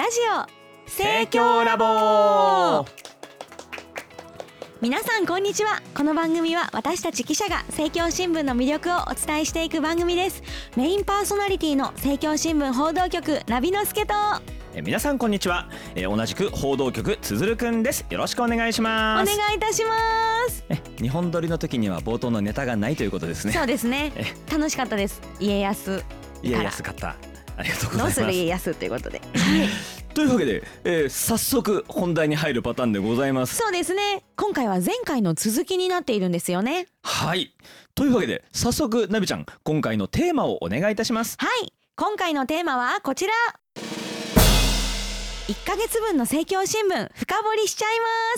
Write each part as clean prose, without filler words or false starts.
ラジオ盛況ラボ。 皆さんこんにちは。この番組は私たち記者が盛況新聞の魅力をお伝えしていく番組です。メインパーソナリティの盛況新聞報道局ナビノスケと皆さんこんにちは。同じく報道局つづるくんです。よろしくお願いします。 お願いいたします。 日本撮りの時には冒頭のネタがないということですね。 そうですね。楽しかったです。家康かった。ありがとうございます。 どうする家康ということでというわけで、早速本題に入るパターンでございます。 そうですね。今回は前回の続きになっているんですよね。 はい。というわけで早速ナビちゃん、今回のテーマをお願いいたします。 はい。今回のテーマはこちら。1ヶ月分の盛況新聞深掘りしちゃいます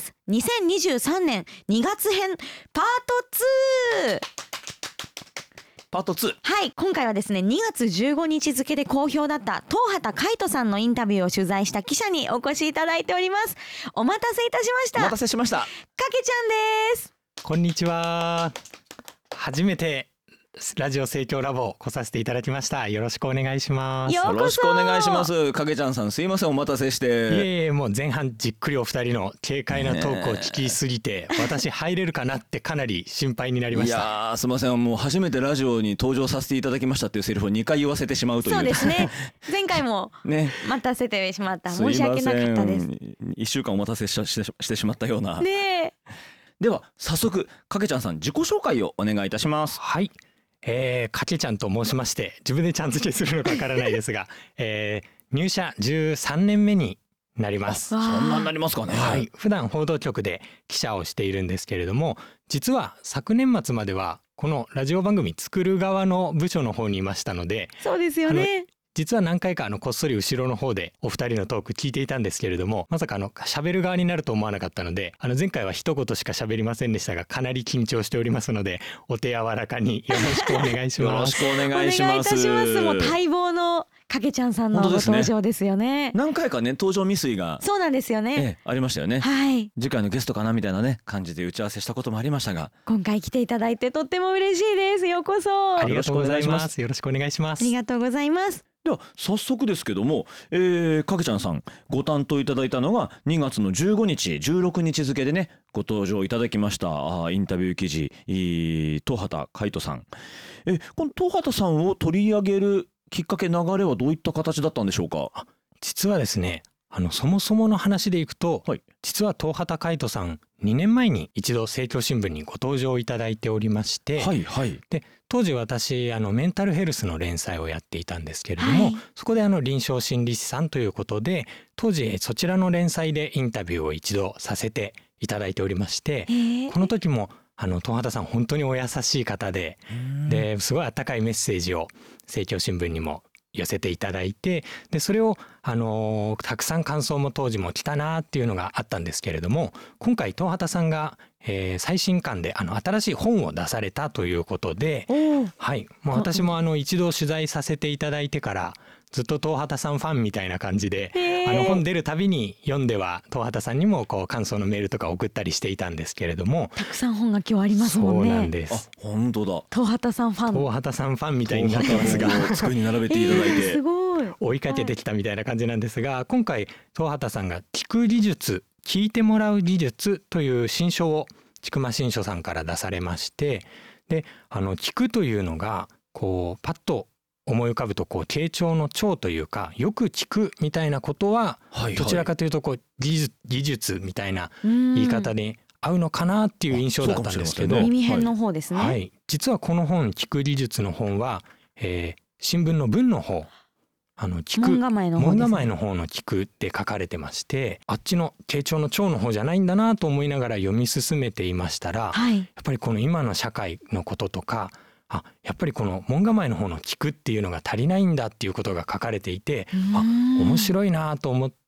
。2023年2月編パート2。 パート2。 はい、今回はですね2月15日付で好評だった東畑海人さんのインタビューを取材した記者にお越しいただいております。お待たせいたしました。 お待たせしました。 かけちゃんです。 こんにちは。初めてラジオ盛況ラボ来させていただきました。よろしくお願いします。 よろしくお願いします。かけちゃんさん、すいませんお待たせして。 いえいえ、もう前半じっくりお二人の軽快なトークを聞きすぎて、私入れるかなってかなり心配になりました。 いやすいません、もう初めてラジオに登場させていただきましたっていうセリフを2回言わせてしまうという。 そうですね。前回も待たせてしまった。申し訳なかったです。 1週間お待たせしてしまったような。 ね。 では早速かけちゃんさん、自己紹介をお願いいたします。 はい。かけちゃんと申しまして、自分でちゃん付けするのかわからないですが、入社13年目になります。 そんなになりますかね。 はい。普段報道局で記者をしているんですけれども、実は昨年末まではこのラジオ番組作る側の部署の方にいましたので。 そうですよね。 実は何回かこっそり後ろの方でお二人のトーク聞いていたんですけれども、まさか喋る側になると思わなかったので、前回は一言しか喋りませんでしたが、かなり緊張しておりますので、お手柔らかによろしくお願いします。 よろしくお願いします。 お願いいたします。もう待望のかけちゃんさんのご登場ですよね。 何回かね登場未遂がそうなんですよね。 ありましたよね。 はい。 次回のゲストかなみたいなね感じで打ち合わせしたこともありましたが、 今回来ていただいてとっても嬉しいです。ようこそ。 ありがとうございます。よろしくお願いします。 ありがとうございます。 では早速ですけども、かけちゃんさんご担当いただいたのが2月の15日16日付でねご登場いただきましたインタビュー記事、東畑海人さん。この東畑さんを取り上げるきっかけ流れはどういった形だったんでしょうか。 実はですね、そもそもの話でいくと、はい、実は東畑海人さん2年前に一度盛況新聞にご登場いただいておりまして、 はいはい、 で当時私メンタルヘルスの連載をやっていたんですけれども、はい、そこで臨床心理士さんということで当時そちらの連載でインタビューを一度させていただいておりまして、この時も東畑さん本当にお優しい方ですごい温かいメッセージを盛況新聞にも寄せていただいて、でそれをたくさん感想も当時も来たなっていうのがあったんですけれども、今回東畑さんが、最新刊で新しい本を出されたということで、はい、もう私も一度取材させていただいてからずっと東畑さんファンみたいな感じで、本出るたびに読んでは東畑さんにも感想のメールとか送ったりしていたんですけれども、 たくさん本が今日ありますもんね。 そうなんです。 本当だ。 東畑さんファン。 東畑さんファンみたいになってますが、 机に並べていただいて、 すごい追いかけてきたみたいな感じなんですが、今回東畑さんが聞く技術、聞いてもらう技術という新書を千曲新書さんから出されまして、で聞くというのがパッと思い浮かぶと傾聴の聴というか、よく聞くみたいなことは、どちらかというと技術みたいな言い方で合うのかなっていう印象だったんですけど、 耳辺の方ですね。 はい、実はこの本聞く技術の本は、新聞の文の方、聞く門構えの方の聞くって書かれてまして、あっちの傾聴の聴の方じゃないんだなと思いながら読み進めていましたら、やっぱりこの今の社会のこととか、やっぱりこの門構えの方の聞くっていうのが足りないんだっていうことが書かれていて、面白いなと思って、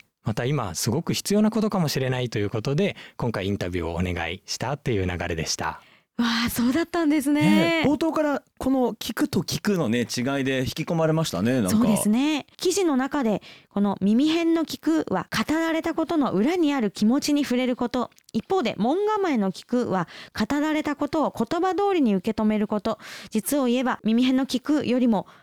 また今すごく必要なことかもしれないということで今回インタビューをお願いしたっていう流れでした。 わあ、そうだったんですね。 冒頭からこの聞くと聞くのね違いで引き込まれましたね。 そうですね。記事の中でこの耳辺の聞くは語られたことの裏にある気持ちに触れること、一方で門構えの聞くは語られたことを言葉通りに受け止めること、実を言えば耳辺の聞くよりも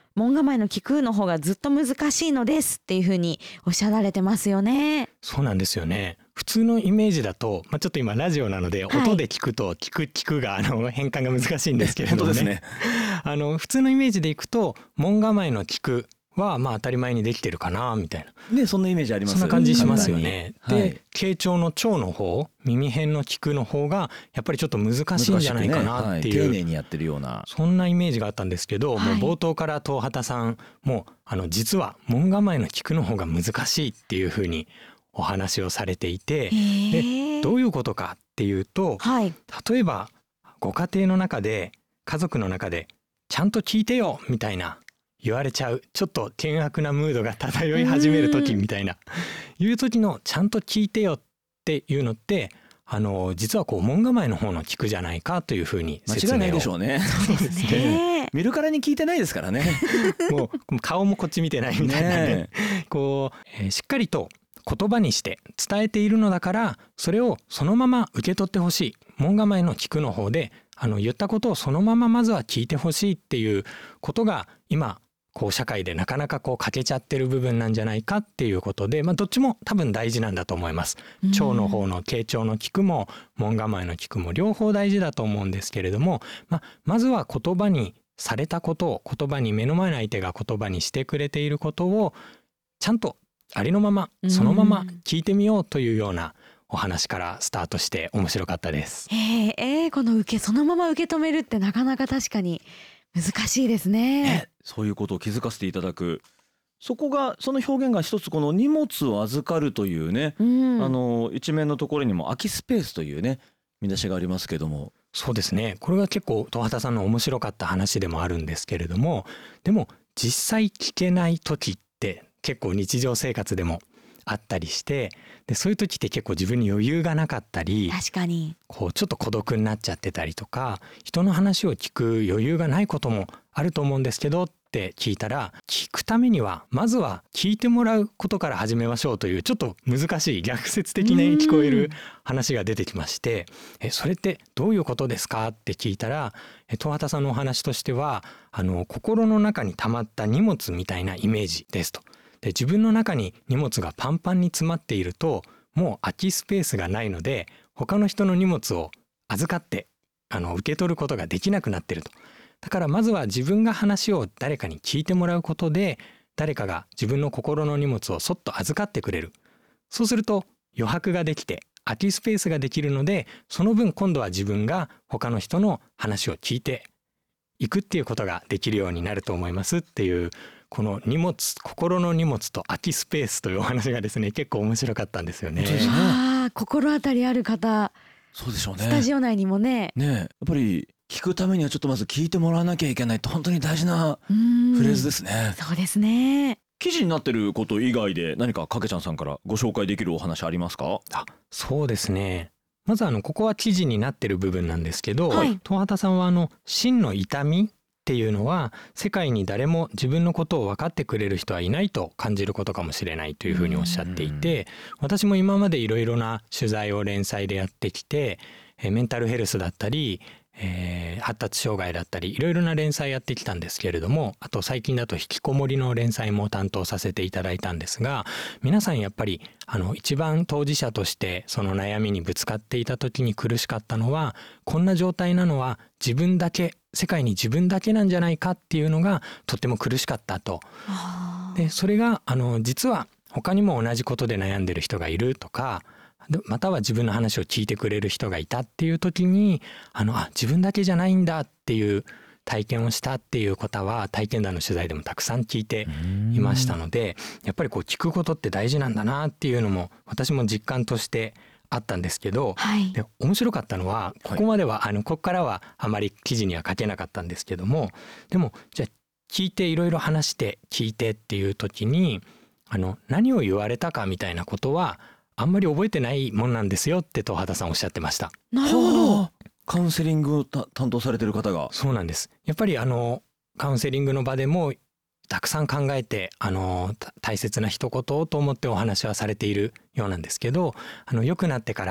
門構えの聞くの方がずっと難しいのですっていうふうにおっしゃられてますよね。 そうなんですよね。普通のイメージだと、ちょっと今ラジオなので音で聞くと聞くが変換が難しいんですけれどもね。 本当ですね。 普通のイメージでいくと門構えの聞くは当たり前にできてるかなみたいな、 ね、そんなイメージあります。 そんな感じしますよね。で、 簡単に、 傾聴の聴の方、耳辺の聞くの方がやっぱりちょっと難しいんじゃないかなっていう、 丁寧にやってるような、 そんなイメージがあったんですけど、もう冒頭から東畑さんも実は門構えの聞くの方が難しいっていうふうにお話をされていて、でどういうことかっていうと、例えばご家庭の中で家族の中でちゃんと聞いてよみたいな言われちゃう、ちょっと険悪なムードが漂い始める時みたいないう時のちゃんと聞いてよっていうのって実は門構えの方の聞くじゃないかというふうに説明を。 間違いないでしょうね。 そうですね。 見るからに聞いてないですからね。 もう顔もこっち見てないみたいなね。しっかりと言葉にして伝えているのだから、それをそのまま受け取ってほしい。門構えの聞くの方で言ったことをそのまままずは聞いてほしいっていうことが今社会でなかなか欠けちゃってる部分なんじゃないかっていうことで、どっちも多分大事なんだと思います。聴の方の傾聴の聞くも門構えの聞くも両方大事だと思うんですけれども、まずは言葉にされたことを、言葉に目の前の相手が言葉にしてくれていることをちゃんとありのままそのまま聞いてみようというようなお話からスタートして面白かったです。 このそのまま受け止めるってなかなか確かに難しいですね。 そういうことを気づかせていただく、その表現が一つ、この荷物を預かるというね、一面のところにも空きスペースというね見出しがありますけども。 そうですね、これが結構東畑さんの面白かった話でもあるんですけれども、でも実際聞けない時って結構日常生活でもあったりして、でそういう時って結構自分に余裕がなかったり、 確かにちょっと孤独になっちゃってたりとか、人の話を聞く余裕がないこともあると思うんですけどって聞いたら、聞くためにはまずは聞いてもらうことから始めましょうという、ちょっと難しい逆説的に聞こえる話が出てきまして、それってどういうことですかって聞いたら、東畑さんのお話としては心の中に溜まった荷物みたいなイメージですと。で自分の中に荷物がパンパンに詰まっていると、もう空きスペースがないので他の人の荷物を預かって受け取ることができなくなっていると。だからまずは自分が話を誰かに聞いてもらうことで、誰かが自分の心の荷物をそっと預かってくれる。そうすると余白ができて空きスペースができるので、その分今度は自分が他の人の話を聞いていくっていうことができるようになると思いますっていう、この荷物、心の荷物と空きスペースというお話がですね、結構面白かったんですよね。 心当たりある方、 そうでしょうね。 スタジオ内にもね、 やっぱり聞くためにはちょっとまず聞いてもらわなきゃいけないと、本当に大事なフレーズですね。 そうですね。 記事になってること以外で何かかけちゃんさんからご紹介できるお話ありますか？ そうですね、まずここは記事になってる部分なんですけど、東畑さんは真の痛みっていうのは世界に誰も自分のことを分かってくれる人はいないと感じることかもしれないというふうにおっしゃっていて、私も今までいろいろな取材を連載でやってきて、メンタルヘルスだったり、発達障害だったりいろいろな連載やってきたんですけれども、あと最近だと引きこもりの連載も担当させていただいたんですが、皆さんやっぱり一番当事者としてその悩みにぶつかっていた時に苦しかったのは、こんな状態なのは自分だけ、世界に自分だけなんじゃないかっていうのがとっても苦しかったと。でそれが実は他にも同じことで悩んでる人がいるとか、または自分の話を聞いてくれる人がいたっていう時に自分だけじゃないんだっていう体験をしたっていう方は体験談の取材でもたくさん聞いていましたので、やっぱり聞くことって大事なんだなっていうのも私も実感としてあったんですけど、で面白かったのはここまではここからはあまり記事には書けなかったんですけども、でもじゃあ聞いていろいろ話して聞いてっていう時に何を言われたかみたいなことはあんまり覚えてないもんなんですよって東畑さんおっしゃってました。 なるほど。 カウンセリングを担当されてる方が。 そうなんです。やっぱりカウンセリングの場でもたくさん考えて大切な一言をと思ってお話はされているようなんですけど、良くなってから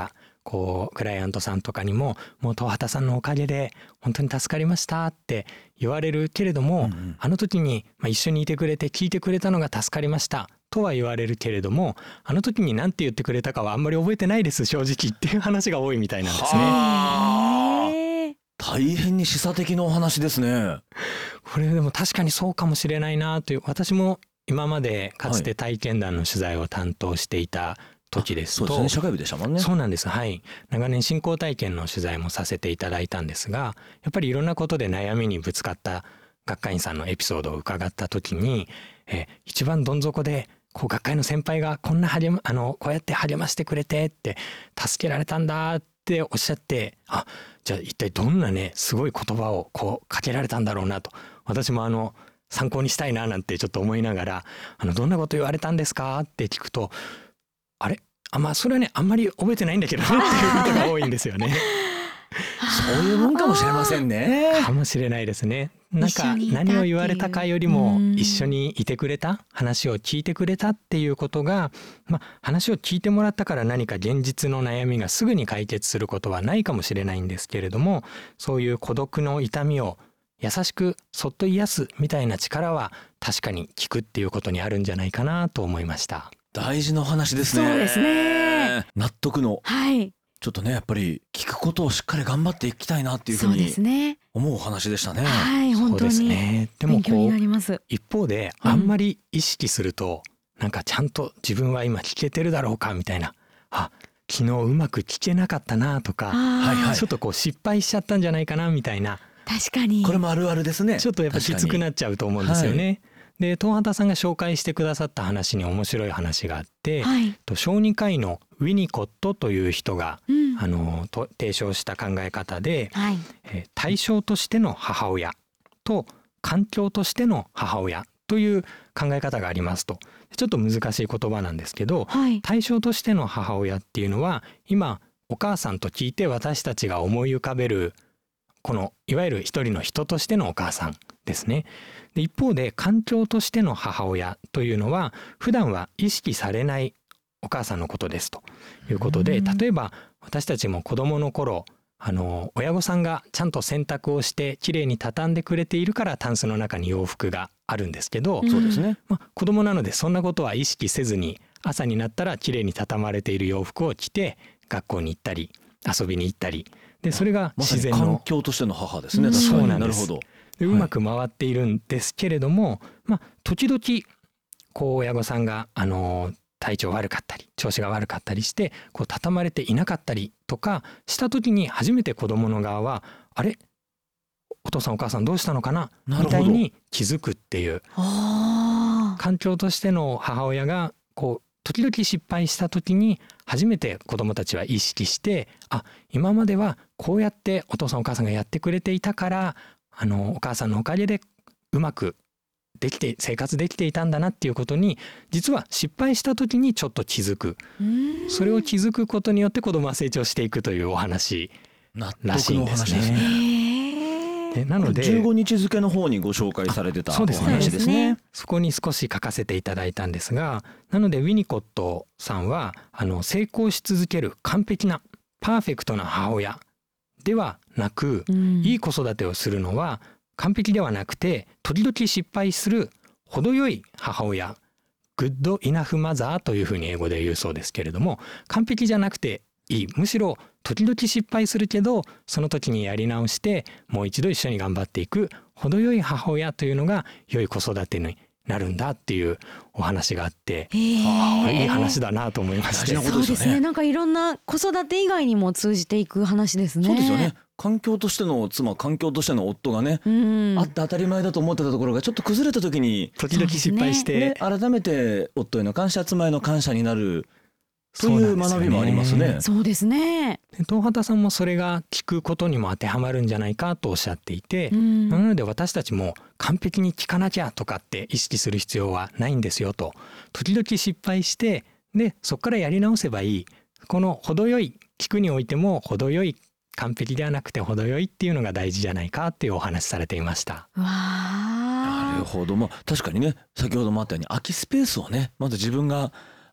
こうクライアントさんとかにももう東畑さんのおかげで本当に助かりましたって言われるけれども、あの時に一緒にいてくれて聞いてくれたのが助かりましたとは言われるけれども、あの時に何て言ってくれたかはあんまり覚えてないです正直っていう話が多いみたいなんですね。 大変に示唆的なお話ですね。 これでも確かにそうかもしれないなという、私も今までかつて体験談の取材を担当していた時ですと、 そうですね、社会部でしたもんね。 そうなんです。はい。長年信仰体験の取材もさせていただいたんですが、やっぱりいろんなことで悩みにぶつかった学会員さんのエピソードを伺った時に、一番どん底でこう学会の先輩がこうやって励ましてくれてって助けられたんだっておっしゃって、じゃあ一体どんなねすごい言葉をこうかけられたんだろうなと、私も参考にしたいななんてちょっと思いながら、どんなこと言われたんですかって聞くと、それはねあんまり覚えてないんだけどねっていうことが多いんですよね。 そういうもんかもしれませんね。 かもしれないですね。なんか何を言われたかよりも一緒にいてくれた、話を聞いてくれたっていうことが、話を聞いてもらったから何か現実の悩みがすぐに解決することはないかもしれないんですけれども、そういう孤独の痛みを優しくそっと癒すみたいな力は確かに聞くっていうことにあるんじゃないかなと思いました。 大事な話ですね。 そうですね。 納得の。 はい。 ちょっとねやっぱり聞くことをしっかり頑張っていきたいなっていうふうに思うお話でしたね。 はい、本当に勉強になります。 一方であんまり意識すると、なんかちゃんと自分は今聞けてるだろうかみたいな、昨日うまく聞けなかったなとか、ちょっとこう失敗しちゃったんじゃないかなみたいな。 確かにこれもあるあるですね。 ちょっとやっぱきつくなっちゃうと思うんですよね。で東畑さんが紹介してくださった話に面白い話があって、小児科医のウィニコットという人が、提唱した考え方で、対象としての母親と環境としての母親という考え方がありますと。ちょっと難しい言葉なんですけど、対象としての母親っていうのは今お母さんと聞いて私たちが思い浮かべるこのいわゆる一人の人としてのお母さんですね。で一方で環境としての母親というのは普段は意識されないお母さんのことですということで、例えば私たちも子どもの頃親御さんがちゃんと洗濯をしてきれいに畳んでくれているからタンスの中に洋服があるんですけど、 そうですね、 子どもなのでそんなことは意識せずに朝になったらきれいに畳まれている洋服を着て学校に行ったり遊びに行ったりで、それが自然の環境としての母ですね。 そうなんです。 なるほど。 うまく回っているんですけれども、時々こう親御さんが体調悪かったり調子が悪かったりしてこう畳まれていなかったりとかした時に初めて子どもの側はあれお父さんお母さんどうしたのかなみたいに気づくっていう、環境としての母親がこう時々失敗した時に初めて子どもたちは意識して今まではこうやってお父さんお母さんがやってくれていたからお母さんのおかげでうまくできて生活できていたんだなっていうことに実は失敗した時にちょっと気づく、それを気づくことによって子どもは成長していくというお話らしいんですね。でなので 15日付の方にご紹介されてたお話ですね。 そこに少し書かせていただいたんですが、なのでウィニコットさんは成功し続ける完璧なパーフェクトな母親ではなく、いい子育てをするのは完璧ではなくて時々失敗する程よい母親、グッドイナフマザーというふうに英語で言うそうですけれども、完璧じゃなくていい、むしろ時々失敗するけどその時にやり直してもう一度一緒に頑張っていく程よい母親というのが良い子育てになるんだっていうお話があって、いい話だなと思いまして。 そうですね。なんかいろんな子育て以外にも通じていく話ですね。 そうですよね。環境としての妻、環境としての夫がね、あって当たり前だと思ってたところがちょっと崩れた時に時々失敗して、 改めて夫への感謝、妻への感謝になるという学びもありますね。 そうですね。 東畑さんもそれが聞くことにも当てはまるんじゃないかとおっしゃっていて、なので私たちも完璧に聞かなきゃとかって意識する必要はないんですよと。時々失敗してでそこからやり直せばいい。この程よい聞くにおいても程よい、完璧ではなくて程よいっていうのが大事じゃないかっていうお話されていました。 なるほど。確かにね、先ほどもあったように空きスペースをねまず自分が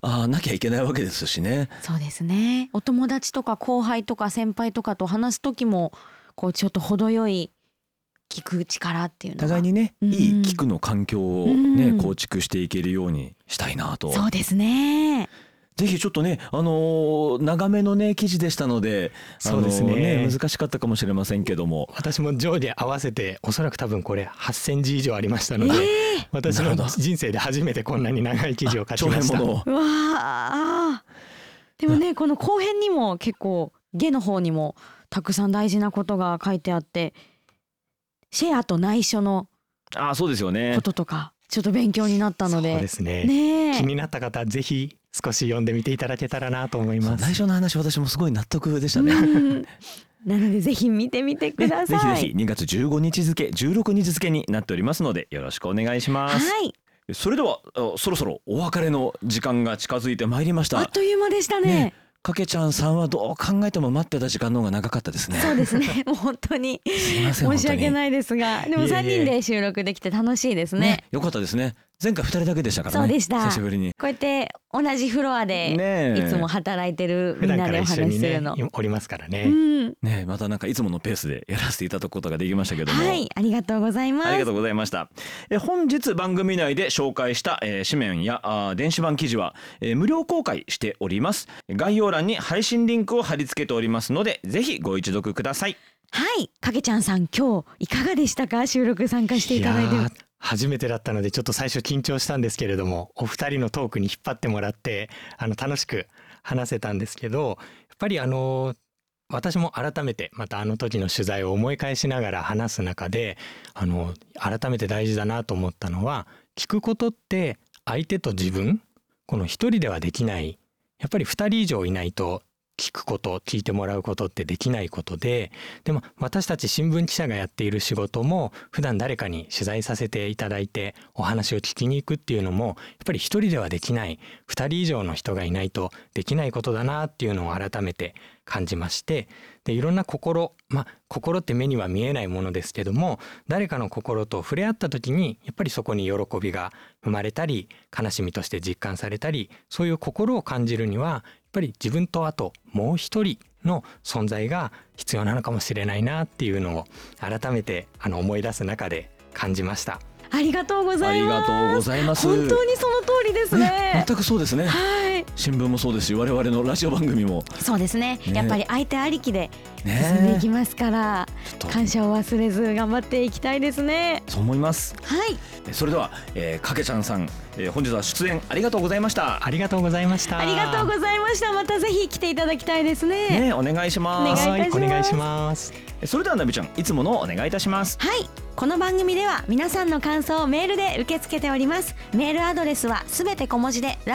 なきゃいけないわけですしね。 そうですね。お友達とか後輩とか先輩とかと話す時もこうちょっと程よい聞く力っていうのが互いにね、 うんいい聞くの環境をね、 うん構築していけるようにしたいなと。 そうですね。 ぜひちょっとね、長めのね記事でしたので、 そうですね難しかったかもしれませんけども、 私も上下合わせておそらく多分これ8,000字以上ありましたので、私のなるほど人生で初めてこんなに長い記事を書きました。 長編ものうわあ。でもねこの後編にも結構下の方にもたくさん大事なことが書いてあって、シェアと内緒のそうですよねこ。ととかちょっと勉強になったので。 そうですね。 ねえ。 気になった方はぜひ少し読んでみていただけたらなと思います。 内緒の話、私もすごい納得でしたね。 うんなのでぜひ見てみてください。 ぜひぜひ2月15日付16日付になっておりますのでよろしくお願いします。 はい。 それではそろそろお別れの時間が近づいてまいりました。 あっという間でしたね。 ねかけちゃんさんはどう考えても待ってた時間の方が長かったですね。 そうですね。もう本当にすいません。 申し訳い。 ないですが、でもいえいえ 3人で収録できて楽しいですね。 よかったですね。前回2人だけでしたからね。 そうでした久しぶりに。 こうやって同じフロアでねえいつも働いてるみんなでお普段から一緒にね話しするの。 おりますからね。 うん。 ねまたなんかいつものペースでやらせていただくことができましたけども。 はい、ありがとうございます。 ありがとうございました。本日番組内で紹介した、紙面や電子版記事は、無料公開しております。概要欄に配信リンクを貼り付けておりますのでぜひご一読ください。 はい、かけちゃんさん今日いかがでしたか？収録参加していただいて。 いやー初めてだったのでちょっと最初緊張したんですけれども、お二人のトークに引っ張ってもらって楽しく話せたんですけど、やっぱり私も改めてまたあの時の取材を思い返しながら話す中で改めて大事だなと思ったのは、聞くことって相手と自分この一人ではできない、やっぱり二人以上いないと聞くこと聞いてもらうことってできないことで、でも私たち新聞記者がやっている仕事も普段誰かに取材させていただいてお話を聞きに行くっていうのもやっぱり一人ではできない、二人以上の人がいないとできないことだなっていうのを改めて感じまして、でいろんな心って目には見えないものですけども、誰かの心と触れ合った時にやっぱりそこに喜びが生まれたり悲しみとして実感されたり、そういう心を感じるにはやっぱり自分とあともう一人の存在が必要なのかもしれないなっていうのを改めて思い出す中で感じました。 ありがとうございます。 ありがとうございます。 本当にその通りですね。 全くそうですね。 はい。 新聞もそうですし我々のラジオ番組もそうですね。 ねやっぱり相手ありきでね進んでいきますから、 ちょっと感謝を忘れず頑張っていきたいですね。 そう思います。 はい。 それでは、かけちゃんさん、本日は出演ありがとうございました。 ありがとうございました。 ありがとうございました。またぜひ来ていただきたいですね。 ね、お願いします。 お願いいたしますはい、お願いします。 それではナビちゃんいつものお願いいたします。 はい、この番組では皆さんの感想をメールで受け付けております。メールアドレスはすべて小文字で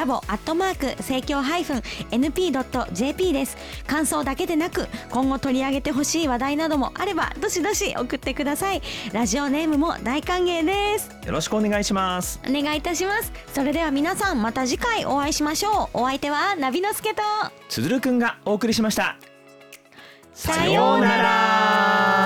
labo@生協-np.jp です。感想だけでなく今後取り上げてほしい話題などもあればどしどし送ってください。ラジオネームも大歓迎です。 よろしくお願いします。 お願いいたします。それでは皆さんまた次回お会いしましょう。お相手はナビのすけとつづるくんがお送りしました。 さようなら。